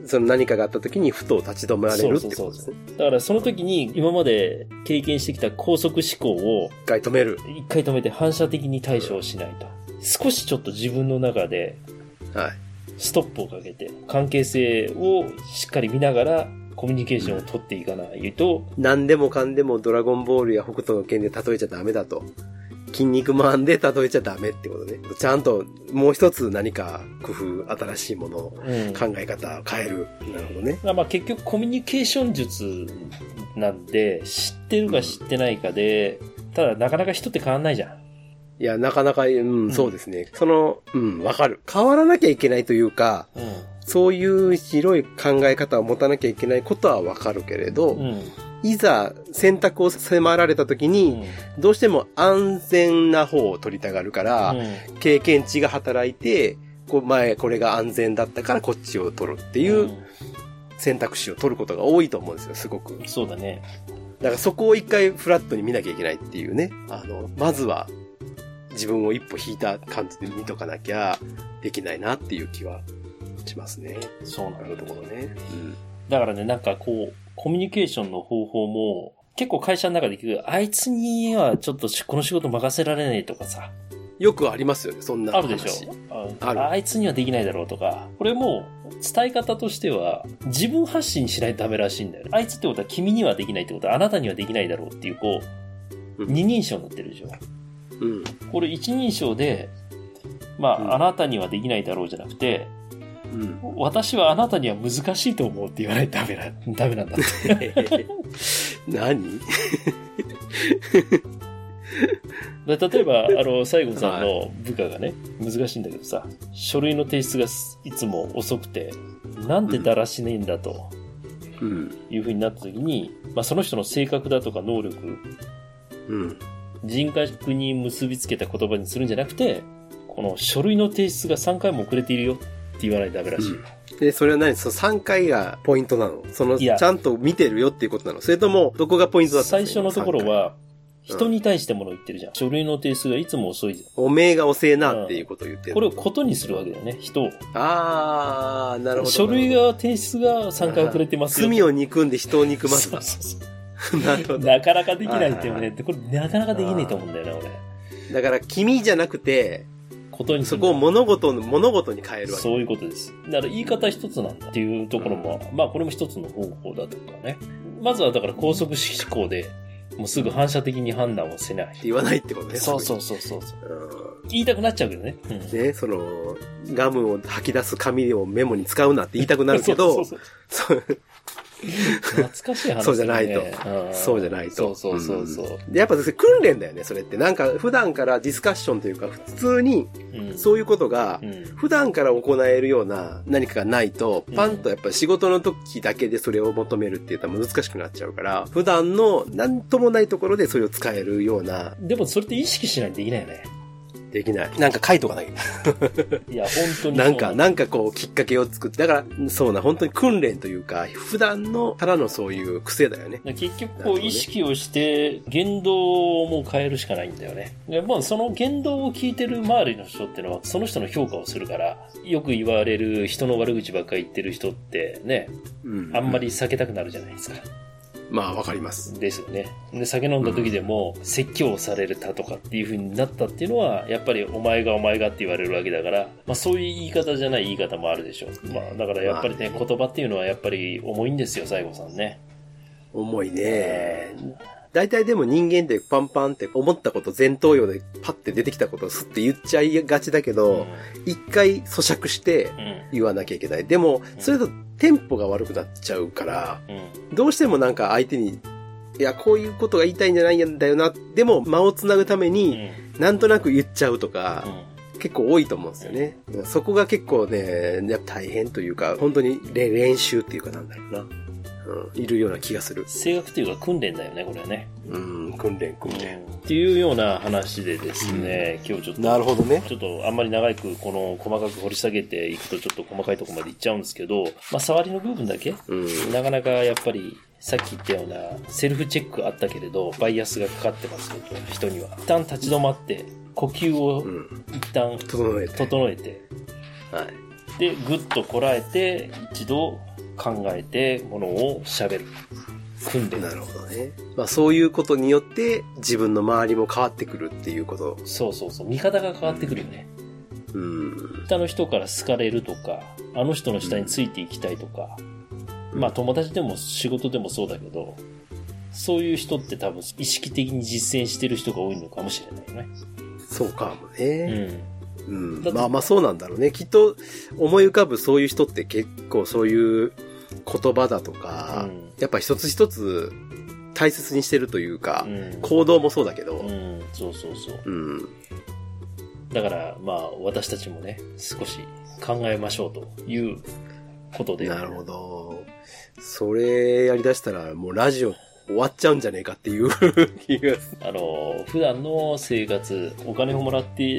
その何かがあった時にふと立ち止まれるってことですね。 だからその時に今まで経験してきた高速思考を一回止めて反射的に対処をしないと。少しちょっと自分の中でストップをかけて関係性をしっかり見ながらコミュニケーションを取っていかないと、 何でもかんでもドラゴンボールや北斗の拳で例えちゃダメだと。筋肉マンで例えちゃダメってことね。ちゃんともう一つ何か工夫、新しいものを、考え方を変える。なるほどね。 まあ結局コミュニケーション術なんで、知ってるか知ってないかで、ただなかなか人って変わんないじゃん。 いや、なかなか、そうですね。わかる。変わらなきゃいけないというか、そういう広い考え方を持たなきゃいけないことはわかるけれど、いざ選択を迫られた時に、どうしても安全な方を取りたがるから、経験値が働いて、前これが安全だったからこっちを取るっていう選択肢を取ることが多いと思うんですよ、すごく。 そうだね。 だからそこを一回フラットに見なきゃいけないっていうね。まずは自分を一歩引いた感じで見とかなきゃできないなっていう気はしますね。 そうなるところね。 だからね、なんかこう、コミュニケーションの方法も、結構会社の中で聞く、あいつにはちょっとこの仕事任せられないとかさ。 よくありますよね、そんな話。 あるでしょ。あいつにはできないだろうとか。これも、伝え方としては、自分発信しないとダメらしいんだよね。あいつってことは君にはできないってことは、あなたにはできないだろうっていう、二人称になってるでしょ。これ一人称で、あなたにはできないだろうじゃなくて、私はあなたには難しいと思うって言わないとダメなんだって。 何例えば、西郷さんの部下がね、難しいんだけどさ、書類の提出がいつも遅くて、なんでだらしねえんだと、いう風になった時に、その人の性格だとか能力、人格に結びつけた言葉にするんじゃなくて、この書類の提出が3回も遅れているよって言わないとダメらしい。 で、それは何？その3回がポイントなの？ちゃんと見てるよっていうことなの？それとも、どこがポイントだったの？ 最初のところは、人に対してもの言ってるじゃん。書類の提出がいつも遅いじゃん。 おめえが遅えなっていうことを言ってる。 これをことにするわけだよね、人を。 なるほど。 書類が提出が3回遅れてますよ。 罪を憎んで人を憎まずだ。なるほど。 なかなかできないってよね。これなかなかできないと思うんだよな、俺。 だから、君じゃなくて、そこを物事に変えるわけ。 そういうことです。だから言い方一つなんだっていうところも、これも一つの方法だとかね。まずはだから高速思考で、もうすぐ反射的に判断をせない。 言わないってことね。 そう。言いたくなっちゃうけどね。 ね、ガムを吐き出す紙をメモに使うなって言いたくなるけど、 懐かしい話、ね。 そうじゃないと。そうじゃないと。 そう。 で、やっぱ訓練だよね、それって。なんか普段からディスカッションというか、普通に、そういうことが、普段から行えるような何かがないと、パンとやっぱ仕事の時だけでそれを求めるって言ったら難しくなっちゃうから、普段の何ともないところでそれを使えるような。 でもそれって意識しないとできないよね。 できない。なんか書いとかない。 いや、本当になんかこう、きっかけを作って、だから、本当に訓練というか、普段からのそういう癖だよね。 結局、意識をして、言動も変えるしかないんだよね。でその言動を聞いてる周りの人ってのは、その人の評価をするから、よく言われる人の悪口ばっかり言ってる人ってね、あんまり避けたくなるじゃないですか。 わかります。 ですよね。で、酒飲んだ時でも、説教されたとかっていう風になったっていうのは、やっぱりお前がって言われるわけだから、そういう言い方じゃない言い方もあるでしょう。だからやっぱりね、言葉っていうのはやっぱり重いんですよ、西郷さんね。 重いね。大体でも人間ってパンパンって思ったこと前頭葉でパッて出てきたことをスッて言っちゃいがちだけど、一回咀嚼して言わなきゃいけない。でも、それだとテンポが悪くなっちゃうから、どうしてもなんか相手に、いや、こういうことが言いたいんじゃないんだよな。でも、間をつなぐために、なんとなく言っちゃうとか、結構多いと思うんですよね。そこが結構ね、やっぱ大変というか、本当に練習っていうかなんだろうな。いるような気がする。 声楽というか訓練だよね、これはね。 訓練。 っていうような話でですね、今日ちょっと。 なるほどね。 ちょっとあんまり長く細かく掘り下げていくとちょっと細かいところまでいっちゃうんですけど、触りの部分だけ、なかなかやっぱり、さっき言ったようなセルフチェックあったけれど、バイアスがかかってますよと、人には。一旦立ち止まって、呼吸を一旦整えて、 で、ぐっとこらえて、一度考えて、ものを喋る。訓練。 なるほどね。まあそういうことによって、自分の周りも変わってくるっていうこと。 そうそうそう。見方が変わってくるよね。下の人から好かれるとか、あの人の下についていきたいとか、まあ友達でも仕事でもそうだけど、そういう人って多分意識的に実践してる人が多いのかもしれないよね。 そうかもね。まあまあそうなんだろうね。きっと思い浮かぶそういう人って結構そういう言葉だとか、やっぱ一つ一つ大切にしてるというか、行動もそうだけど。 そうそうそう。だからまあ私たちもね、少し考えましょうということで。 なるほど。それやりだしたらもうラジオ終わっちゃうんじゃねえかっていう気が普段の生活、お金をもらって、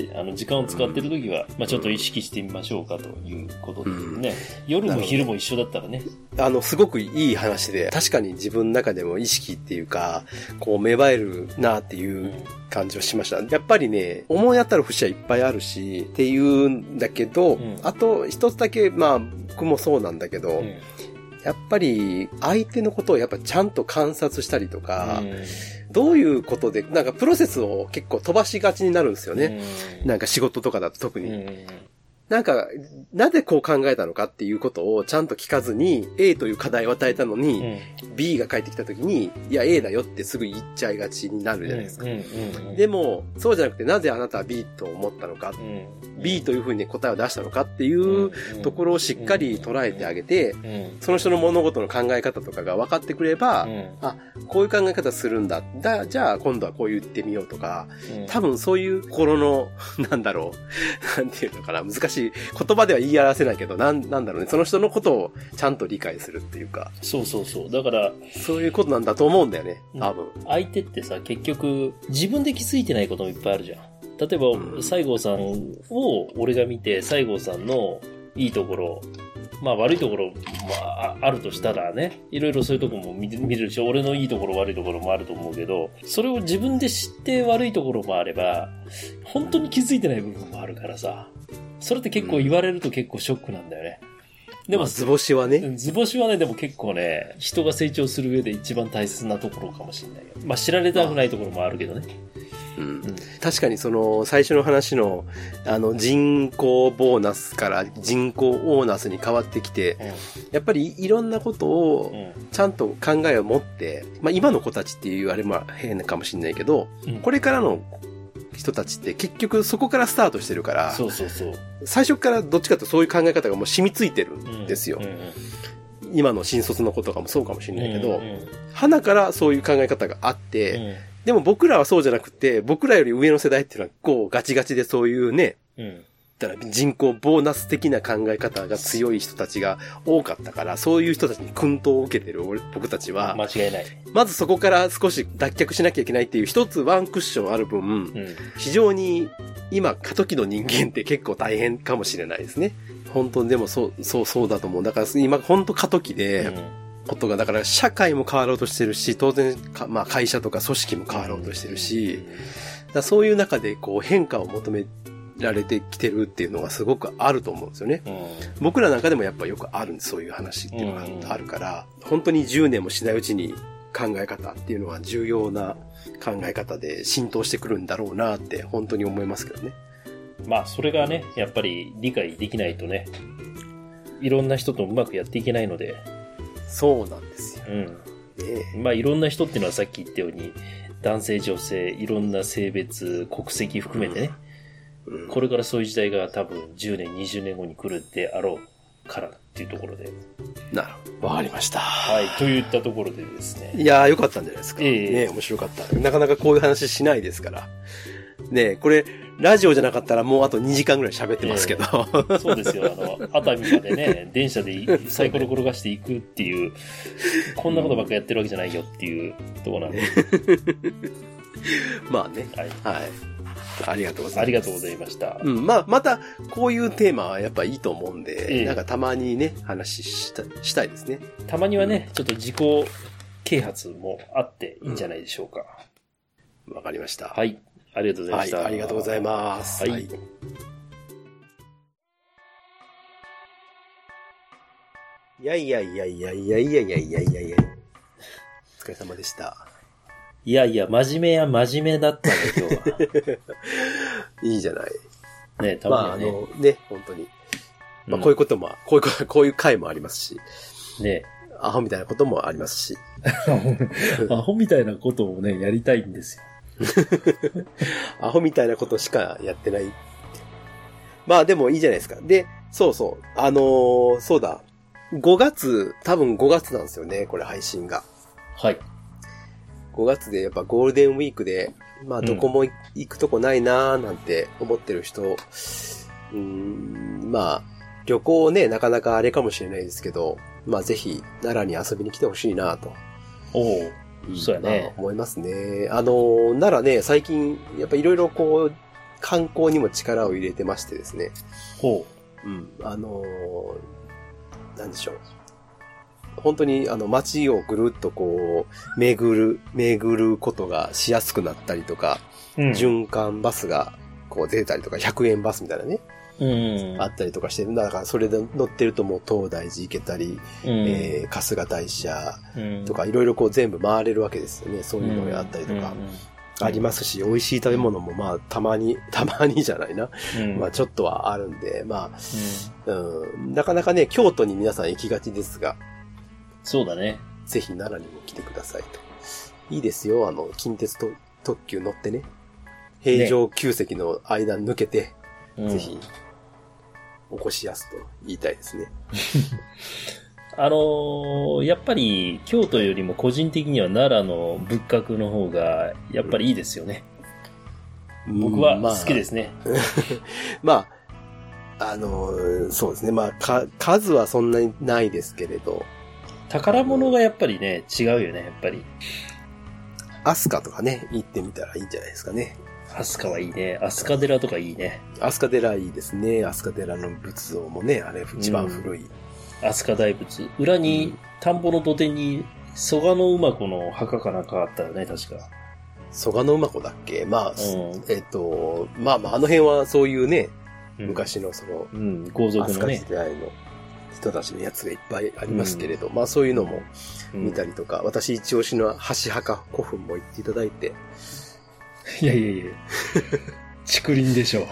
時間を使ってる時は、まあちょっと意識してみましょうかということでね。夜も昼も一緒だったらね。 すごくいい話で、確かに自分の中でも意識っていうか、こう芽生えるなっていう感じをしました。やっぱりね、思い当たる節はいっぱいあるし、っていうんだけど、あと一つだけ、まあ僕もそうなんだけど、やっぱり相手のことをやっぱちゃんと観察したりとか、どういうことで、なんかプロセスを結構飛ばしがちになるんですよね。なんか仕事とかだと特に。なんか、なぜこう考えたのかっていうことをちゃんと聞かずに、A という課題を与えたのに、B が返ってきた時に、いや A だよってすぐ言っちゃいがちになるじゃないですか。でも、そうじゃなくてなぜあなたは B と思ったのか、B というふうに答えを出したのかっていうところをしっかり捉えてあげて、その人の物事の考え方とかが分かってくれば、あ、こういう考え方するんだ。じゃあ今度はこう言ってみようとか、多分そういう心の、なんだろう、なんていうのかな、難しい。言葉では言い表せないけど、なんだろうね。その人のことをちゃんと理解するっていうか。 そうそうそう。だから、 そういうことなんだと思うんだよね。多分。 相手ってさ、結局、自分で気づいてないこともいっぱいあるじゃん。例えば、西郷さんを俺が見て、西郷さんのいいところ、まあ悪いところもあるとしたらね、いろいろそういうところも見れるし、俺のいいところ悪いところもあると思うけど、それを自分で知って悪いところもあれば、本当に気づいてない部分もあるからさ、それって結構言われると結構ショックなんだよね。でも、 図星はね。 図星はね、でも結構ね、人が成長する上で一番大切なところかもしれないよ。まあ知られたくないところもあるけどね。 確かにその最初の話の人口ボーナスから人口オーナスに変わってきて、やっぱりいろんなことをちゃんと考えを持って、まあ今の子たちっていうあれも変かもしれないけど、これからの人たちって結局そこからスタートしてるから、最初からどっちかとそういう考え方がもう染みついてるんですよ。今の新卒の子とかもそうかもしれないけど、花からそういう考え方があって、でも僕らはそうじゃなくて、僕らより上の世代っていうのはこうガチガチでそういうね、だから人口ボーナス的な考え方が強い人たちが多かったから、そういう人たちに薫陶を受けてる僕たちは、 間違いない。 まずそこから少し脱却しなきゃいけないっていう一つワンクッションある分、非常に今過渡期の人間って結構大変かもしれないですね。本当にでもそうだと思う。だから今本当過渡期で、ことが、だから社会も変わろうとしてるし、当然、まあ会社とか組織も変わろうとしてるし、だそういう中でこう変化を求められてきてるっていうのがすごくあると思うんですよね。僕らなんかでもやっぱよくあるんです、そういう話っていうのがあるから、本当に10年もしないうちに考え方っていうのは重要な考え方で浸透してくるんだろうなって本当に思いますけどね。 まあそれがね、やっぱり理解できないとね、いろんな人とうまくやっていけないので、 そうなんですよ。 まあいろんな人っていうのはさっき言ったように、男性女性、いろんな性別、国籍含めてね、これからそういう時代が多分10年、20年後に来るであろうからっていうところで。 なるほど。わかりました。 はい。といったところでですね。 いやーよかったんじゃないですか。ね、面白かった。なかなかこういう話しないですから。ね、これ、ラジオじゃなかったらもうあと2時間ぐらい喋ってますけど。 そうですよ。熱海までね、電車でサイコロ転がしていくっていう、こんなことばっかやってるわけじゃないよっていうところなんで。 まあね。はい。はい。ありがとうございます。 ありがとうございました。 まあ、また、こういうテーマはやっぱいいと思うんで、なんかたまにね、話したいですね。 たまにはね、ちょっと自己啓発もあっていいんじゃないでしょうか。 わかりました。 はい。ありがとうございました。 はい、ありがとうございます。 はい。 いやいやいやいやいやいやいやいやいやいや。お疲れ様でした。 いやいや、真面目だったね、今日は。 いいじゃない。 ね、たまにね。 まあ、ね、本当に。まあ、こういうことも、こういう回もありますし。 ね。 アホみたいなこともありますし。 アホみたいなことをね、やりたいんですよ。 アホみたいなことしかやってない。まあでもいいじゃないですか。で、そうそう。そうだ。多分5月なんですよね、これ配信が。 はい。 5月でやっぱゴールデンウィークで、まあどこも行くとこないなーなんて思ってる人、まあ、旅行ね、なかなかあれかもしれないですけど、まあぜひ奈良に遊びに来てほしいなと。 おう。そうやね。 まあ、思いますね。奈良ね、最近、やっぱいろいろこう、観光にも力を入れてましてですね。 ほう。なんでしょう。本当に街をぐるっとこう、巡ることがしやすくなったりとか、循環バスがこう出たりとか、100円バスみたいなね。あったりとかしてる。だからそれで乗ってるともう東大寺行けたり、春日大社とかいろいろこう全部回れるわけですよね。そういうのがあったりとか。ありますし、美味しい食べ物もまあたまにじゃないな。まあちょっとはあるんで、まあ、なかなかね、京都に皆さん行きがちですが。 そうだね。 ぜひ奈良にも来てくださいと。いいですよ、近鉄と特急乗ってね。平城宮跡の間抜けて、ぜひ、起こしやすと言いたいですね。 やっぱり京都よりも個人的には奈良の仏閣の方がやっぱりいいですよね。僕は好きですね。 まあ、そうですね。まあ、数はそんなにないですけれど。 宝物がやっぱりね、違うよね、やっぱり。 飛鳥とかね、行ってみたらいいんじゃないですかね。 飛鳥はいいね。飛鳥寺とかいいね。 飛鳥寺いいですね。飛鳥寺の仏像もね、あれ一番古い。 飛鳥大仏。裏に、田んぼの土手に、蘇我馬子の墓かなんかあったよね、確か。 蘇我馬子だっけ？まあ、まあまあ、あの辺はそういうね、昔の豪族のね。 飛鳥時代の人たちのやつがいっぱいありますけれど、まあそういうのも見たりとか、私一押しの箸墓古墳も行っていただいて。 いや。竹林でしょう。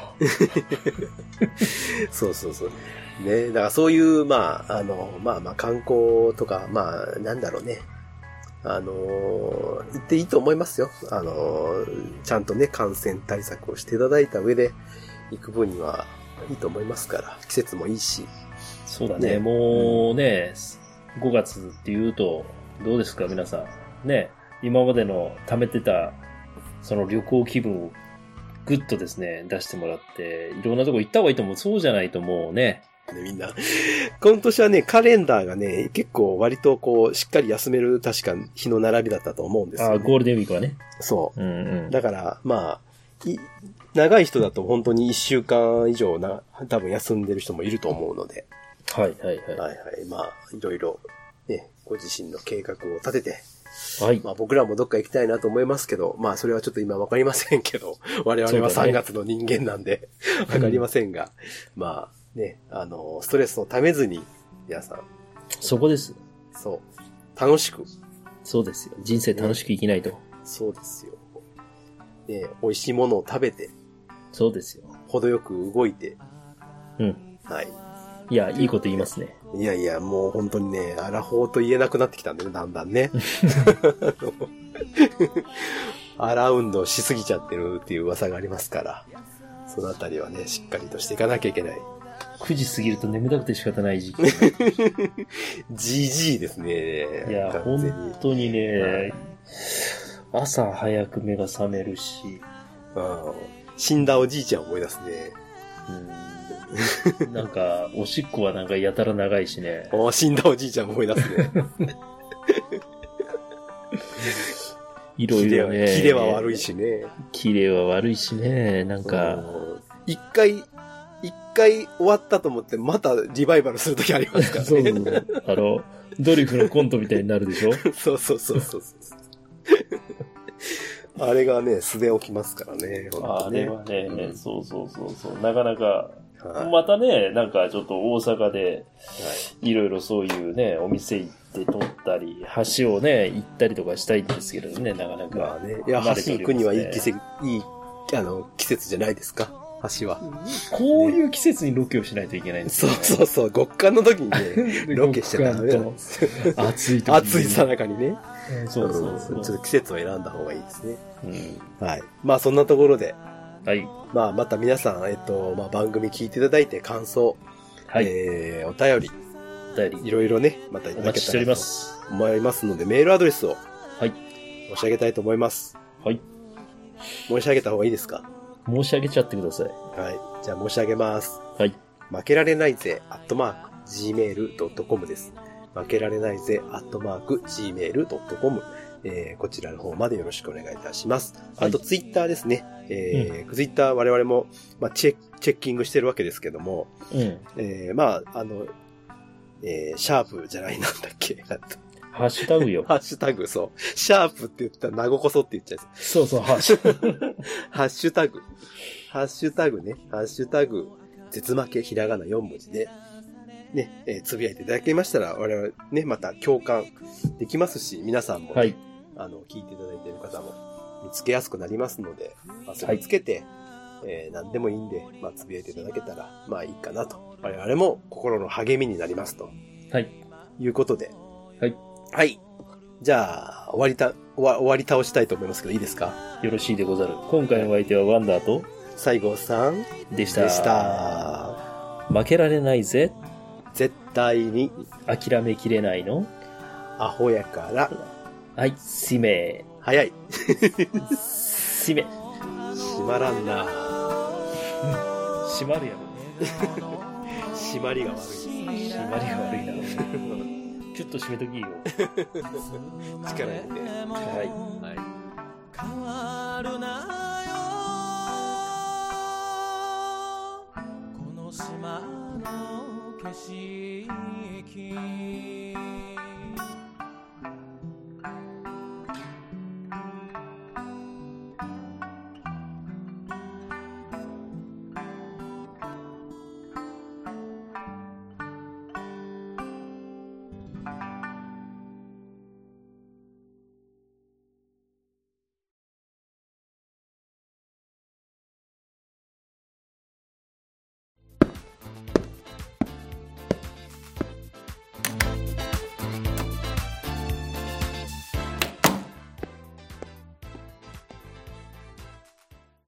そう。ね、だからそういう、まあ、観光とか、まあ、なんだろうね。行っていいと思いますよ。ちゃんとね、感染対策をしていただいた上で、行く分にはいいと思いますから、季節もいいし。 そうだね、もうね、5月って言うと、どうですか、皆さん。ね、今までの貯めてた、その旅行気分をぐっとですね、出してもらって、いろんなとこ行った方がいいと思う。そうじゃないともうね。 みんな。今年はね、カレンダーがね、結構割とこう、しっかり休める確か日の並びだったと思うんですよ、ね。 ゴールデンウィークはね。 そう。だから、まあ、長い人だと本当に1週間以上多分休んでる人もいると思うので。 はい。 まあ、いろいろ、ね、ご自身の計画を立てて、 はい。 まあ僕らもどっか行きたいなと思いますけど、まあそれはちょっと今わかりませんけど、我々は3月の人間なんで、わかりませんが、まあね、ストレスをためずに、皆さん。 そこです。 そう。楽しく。 そうですよ。人生楽しく生きないと。 そうですよ。ね、美味しいものを食べて。 そうですよ。 程よく動いて。はい。 いや、いいこと言いますね。 いや、もう本当にね、アラフォーと言えなくなってきたんだよね、だんだんね。アラウンドしすぎちゃってるっていう噂がありますから、そのあたりはね、しっかりとしていかなきゃいけない。 9時過ぎると眠たくて仕方ない時期。 GG ですね。 いや、本当にね、朝早く目が覚めるし。 死んだおじいちゃん思い出すね。 なんか、おしっこはなんかやたら長いしね。 死んだおじいちゃん思い出すね。 いろいろね。 キレは悪いしね。 キレは悪いしね。なんか、 一回終わったと思ってまたリバイバルするときありますからね。 そうドリフのコントみたいになるでしょ。 そう。 あれがね、素で起きますからね。 あれはね、そう。なかなか、またね、なんかちょっと大阪で、いろいろそういうね、お店行って撮ったり、橋をね、行ったりとかしたいんですけどね、なかなか。 まあね、いや、橋行くにはいい季節じゃないですか。橋は。 こういう季節にロケをしないといけないんですよね。そう。極寒の時にね、ロケしちゃダメなんですよ。 暑い時に、 暑いさなかにね。 そう。 ちょっと季節を選んだ方がいいですね。はい。まあそんなところで。 はい。 まあまた皆さん、まあ番組聞いていただいて感想。はい。お便り。いろいろね、またいただけたらと思いますので、メールアドレスを。はい。申し上げたいと思います。はい。申し上げた方がいいですか？ 申し上げちゃってください。 はい。じゃあ申し上げます。 はい。 負けられないぜ、@gmail.com です。負けられないぜ、@gmail.com。こちらの方までよろしくお願いいたします。あと、ツイッターですね。ツイッター我々も、まあ、チェッキングしてるわけですけども、まあ、シャープじゃないなんだっけハッシュタグよ。 ハッシュタグ、そう。シャープって言ったら、なごこそって言っちゃう。 そう、ハッシュタグ。ハッシュタグね。ハッシュタグ、絶負け、ひらがな4文字で、ね、つぶやいていただけましたら、我々ね、また共感できますし、皆さんも、ね、はい、聞いていただいている方も見つけやすくなりますので、まあ、それをつけて、何でもいいんで、まあ、つぶやいていただけたら、まあいいかなと。我々も心の励みになりますと。はい。いうことで。はい。はい。じゃあ、終わり倒したいと思いますけど、いいですか？ よろしいでござる。今回のお相手はワンダーと、 西郷さんでした。負けられないぜ。 絶対に諦めきれないのアホやからはい、締め早い締め閉まらんな閉まるやろ閉まりが悪い閉まりが悪いなちょっと閉めときよ力入れてはい変わるなよこの島の景色